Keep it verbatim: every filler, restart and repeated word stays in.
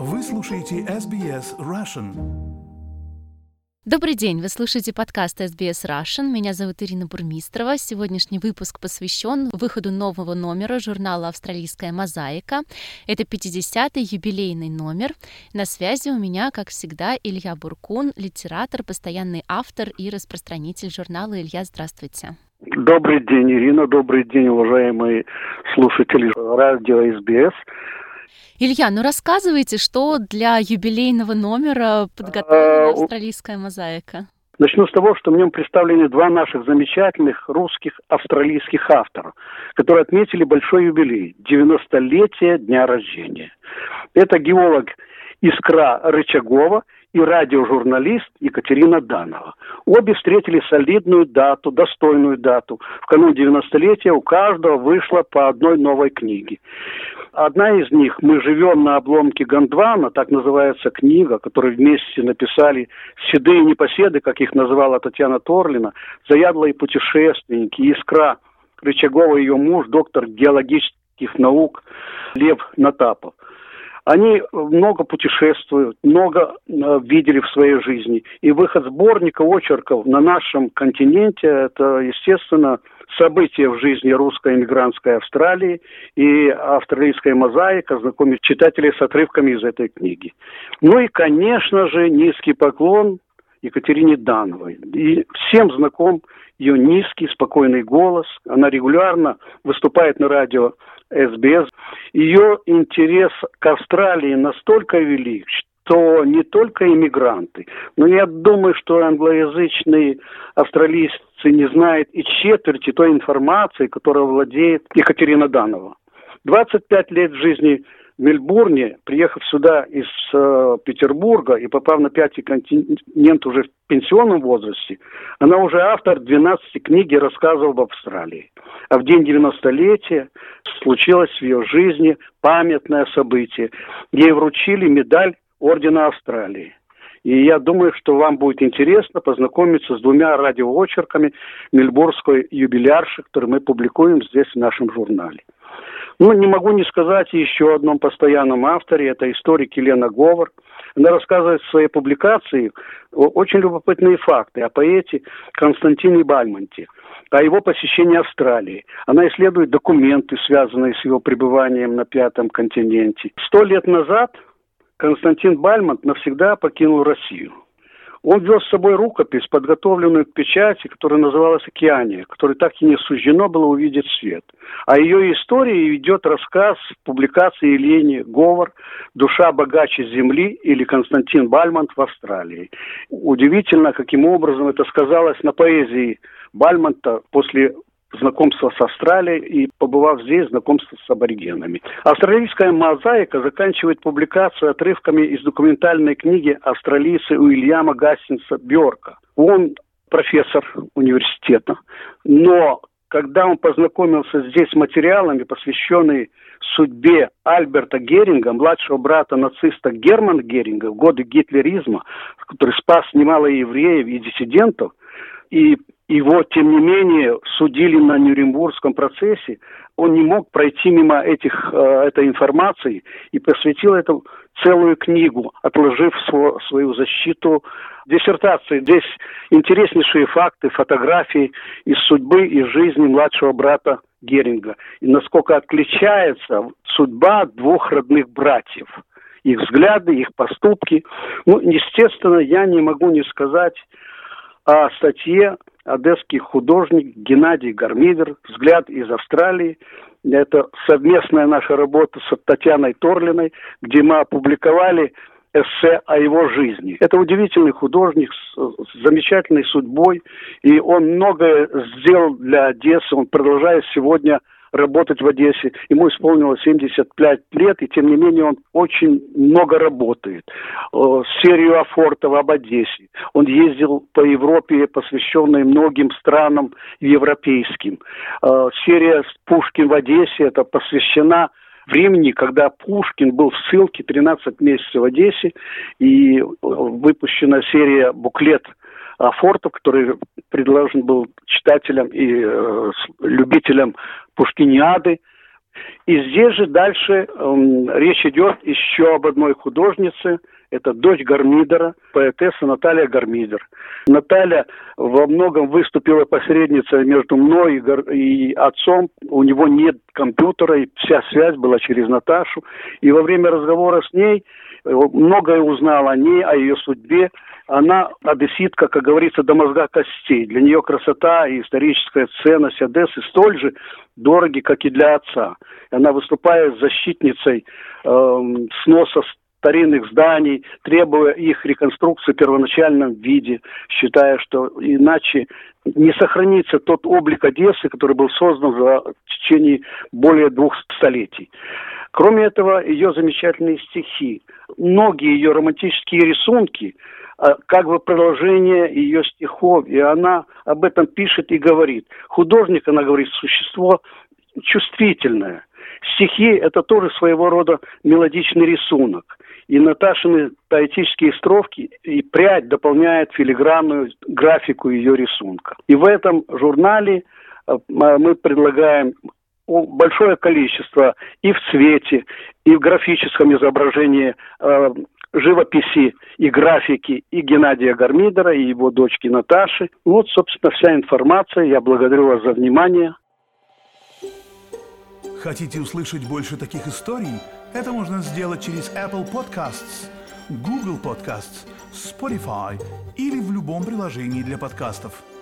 Вы слушаете эс би эс Russian. Добрый день, вы слушаете подкаст эс би эс Russian. Меня зовут Ирина Бурмистрова. Сегодняшний выпуск посвящен выходу нового номера журнала «Австралийская мозаика». Это пятидесятый юбилейный номер. На связи у меня, как всегда, Илья Буркун, литератор, постоянный автор и распространитель журнала. Илья, здравствуйте. Добрый день, Ирина. Добрый день, уважаемые слушатели радио эс би эс. Илья, ну рассказывайте, что для юбилейного номера подготовила «Австралийская мозаика». Начну с того, что в нем представлены два наших замечательных русских австралийских автора, которые отметили большой юбилей – девяностолетие дня рождения. Это геолог Искра Рычагова и радиожурналист Екатерина Данова. Обе встретили солидную дату, достойную дату. В канун девяностолетия у каждого вышло по одной новой книге. Одна из них «Мы живем на обломке Гондвана», так называется книга, которую вместе написали седые непоседы, как их называла Татьяна Торлина, заядлые путешественники, Искра Рычагова и ее муж, доктор геологических наук Лев Натапов. Они много путешествуют, много э, видели в своей жизни. И выход сборника очерков на нашем континенте – это, естественно, событие в жизни русской эмигрантской Австралии, и австралийская мозаика знакомит читателей с отрывками из этой книги. Ну и, конечно же, низкий поклон Екатерине Дановой. И всем знаком ее низкий, спокойный голос. Она регулярно выступает на радио эс би эс. Ее интерес к Австралии настолько велик, что не только иммигранты, но я думаю, что англоязычные австралийцы не знают и четверти той информации, которой владеет Екатерина Данова. двадцать пять лет в жизни в Мельбурне, приехав сюда из э, Петербурга и попав на пятый континент уже в пенсионном возрасте, она уже автор двенадцати книг и рассказов об Австралии. А в день девяностолетия случилось в ее жизни памятное событие. Ей вручили медаль Ордена Австралии. И я думаю, что вам будет интересно познакомиться с двумя радиоочерками мельбурнской юбилярши, которые мы публикуем здесь в нашем журнале. Ну, не могу не сказать еще о одном постоянном авторе, это историк Елена Говор. Она рассказывает в своей публикации очень любопытные факты о поэте Константине Бальмонте, о его посещении Австралии. Она исследует документы, связанные с его пребыванием на Пятом континенте. Сто лет назад Константин Бальмонт навсегда покинул Россию. Он вез с собой рукопись, подготовленную к печати, которая называлась «Океания», которой так и не суждено было увидеть свет. О ее истории ведет рассказ в публикации Елены Говор «Душа богаче земли» или «Константин Бальмонт в Австралии». Удивительно, каким образом это сказалось на поэзии Бальмонта после знакомства с Австралией и, побывав здесь, знакомство с аборигенами. Австралийская мозаика заканчивает публикацию отрывками из документальной книги австралийца Уильяма Гастингса Бьорка. Он профессор университета, но когда он познакомился здесь с материалами, посвященными судьбе Альберта Геринга, младшего брата нациста Германа Геринга в годы гитлеризма, который спас немало евреев и диссидентов, и его, тем не менее, судили на Нюрнбергском процессе, он не мог пройти мимо этих, э, этой информации и посвятил этому целую книгу, отложив сво, свою защиту диссертации. Здесь интереснейшие факты, фотографии из судьбы и жизни младшего брата Геринга. И насколько отличается судьба двух родных братьев. Их взгляды, их поступки. Ну, естественно, я не могу не сказать о статье одесский художник Геннадий Гармидер «Взгляд из Австралии». Это совместная наша работа с Татьяной Торлиной, где мы опубликовали эссе о его жизни. Это удивительный художник с, с замечательной судьбой, и он многое сделал для Одессы. Он продолжает сегодня работать в Одессе. Ему исполнилось семьдесят пять лет, и тем не менее он очень много работает. Серию Афортова об Одессе. Он ездил по Европе, посвященной многим странам европейским. Серия «Пушкин в Одессе» это посвящена времени, когда Пушкин был в ссылке тринадцать месяцев в Одессе, и выпущена серия «Буклет Афортов», который предложен был читателям и э, любителям пушкиниады. И здесь же дальше эм, речь идет еще об одной художнице. Это дочь Гармидера, поэтесса Наталья Гармидер. Наталья во многом выступила посредницей между мной и, Гар... и отцом. У него нет компьютера, и вся связь была через Наташу. И во время разговора с ней многое узнал о ней, о ее судьбе. Она одесситка, как говорится, до мозга костей. Для нее красота и историческая ценность Одессы столь же дороги, как и для отца. Она выступает защитницей э, сноса старинных зданий, требуя их реконструкции в первоначальном виде, считая, что иначе не сохранится тот облик Одессы, который был создан за в течение более двух столетий. Кроме этого, ее замечательные стихи, многие ее романтические рисунки, как бы продолжение ее стихов, и она об этом пишет и говорит. Художник, она говорит, существо чувствительное. Стихи – это тоже своего рода мелодичный рисунок. И Наташины поэтические строфки и прядь дополняет филигранную графику ее рисунка. И в этом журнале мы предлагаем большое количество и в цвете, и в графическом изображении э, живописи и графики и Геннадия Гармидера, и его дочки Наташи. Вот, собственно, вся информация. Я благодарю вас за внимание. Хотите услышать больше таких историй? Это можно сделать через Apple Podcasts, Google Podcasts, Spotify или в любом приложении для подкастов.